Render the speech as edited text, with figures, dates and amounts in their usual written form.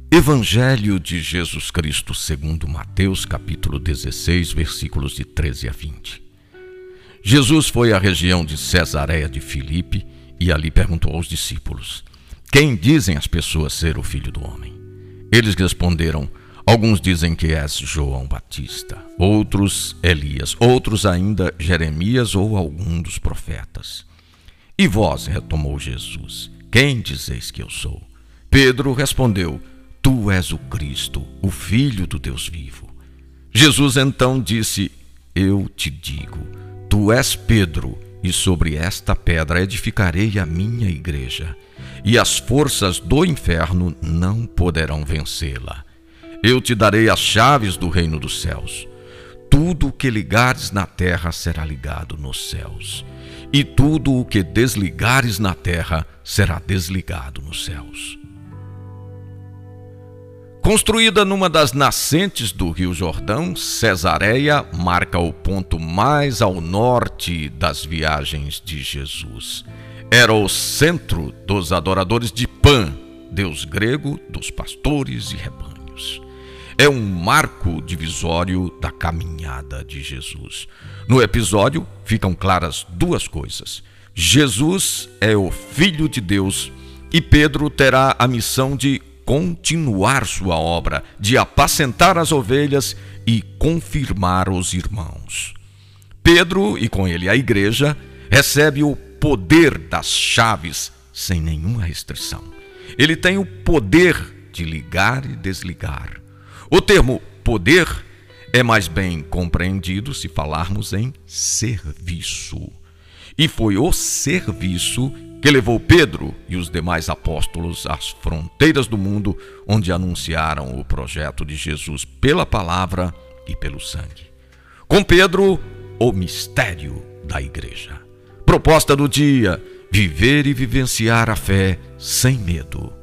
Evangelho de Jesus Cristo segundo Mateus, capítulo 16, versículos de 13 a 20. Jesus foi à região de Cesareia de Filipe e ali perguntou aos discípulos: quem dizem as pessoas ser o Filho do Homem? Eles responderam: alguns dizem que és João Batista, outros Elias, outros ainda Jeremias ou algum dos profetas. E vós, retomou Jesus, quem dizeis que eu sou? Pedro respondeu: tu és o Cristo, o Filho do Deus vivo. Jesus então disse: eu te digo, tu és Pedro, e sobre esta pedra edificarei a minha igreja, e as forças do inferno não poderão vencê-la. Eu te darei as chaves do reino dos céus. Tudo o que ligares na terra será ligado nos céus, e tudo o que desligares na terra será desligado nos céus. Construída numa das nascentes do Rio Jordão, Cesareia marca o ponto mais ao norte das viagens de Jesus. Era o centro dos adoradores de Pan, deus grego dos pastores e rebanhos. É um marco divisório da caminhada de Jesus. No episódio ficam claras duas coisas: Jesus é o Filho de Deus e Pedro terá a missão de continuar sua obra, de apacentar as ovelhas e confirmar os irmãos. Pedro, e com ele a igreja, recebe o poder das chaves sem nenhuma restrição. Ele tem o poder de ligar e desligar. O termo poder é mais bem compreendido se falarmos em serviço. E foi o serviço que levou Pedro e os demais apóstolos às fronteiras do mundo, onde anunciaram o projeto de Jesus pela palavra e pelo sangue. Com Pedro, o mistério da igreja. Proposta do dia: viver e vivenciar a fé sem medo.